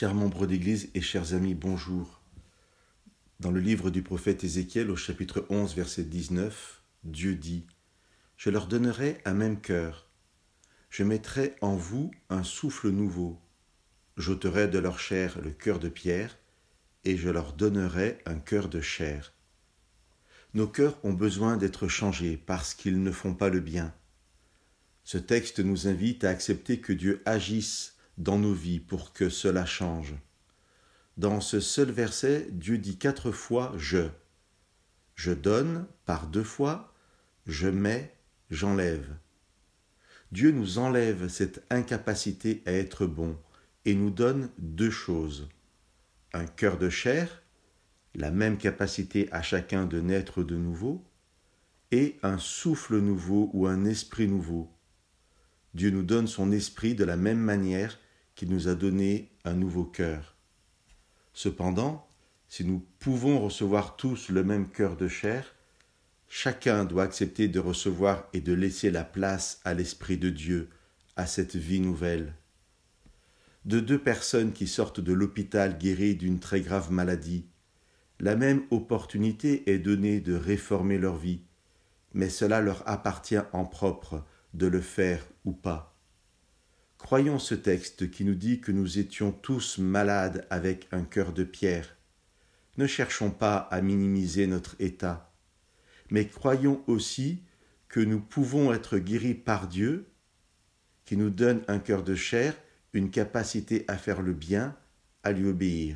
Chers membres d'Église et chers amis, bonjour. Dans le livre du prophète Ézéchiel, au chapitre 11, verset 19, Dieu dit « Je leur donnerai un même cœur. Je mettrai en vous un souffle nouveau. J'ôterai de leur chair le cœur de pierre, et je leur donnerai un cœur de chair. » Nos cœurs ont besoin d'être changés parce qu'ils ne font pas le bien. Ce texte nous invite à accepter que Dieu agisse dans nos vies pour que cela change. Dans ce seul verset, Dieu dit 4 fois « je ». Je donne par 2 fois, je mets, j'enlève. Dieu nous enlève cette incapacité à être bon et nous donne 2 choses. Un cœur de chair, la même capacité à chacun de naître de nouveau, et un souffle nouveau ou un esprit nouveau. Dieu nous donne son esprit de la même manière qu'il nous a donné un nouveau cœur. Cependant, si nous pouvons recevoir tous le même cœur de chair, chacun doit accepter de recevoir et de laisser la place à l'Esprit de Dieu, à cette vie nouvelle. De 2 personnes qui sortent de l'hôpital guéries d'une très grave maladie, la même opportunité est donnée de réformer leur vie, mais cela leur appartient en propre de le faire ou pas. Croyons ce texte qui nous dit que nous étions tous malades avec un cœur de pierre. Ne cherchons pas à minimiser notre état, mais croyons aussi que nous pouvons être guéris par Dieu, qui nous donne un cœur de chair, une capacité à faire le bien, à lui obéir.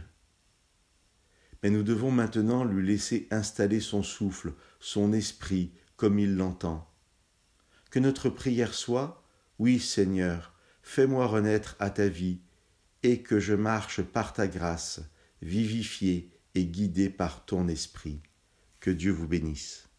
Mais nous devons maintenant lui laisser installer son souffle, son esprit, comme il l'entend. Que notre prière soit « Oui, Seigneur, fais-moi renaître à ta vie, et que je marche par ta grâce, vivifié et guidé par ton esprit. » Que Dieu vous bénisse.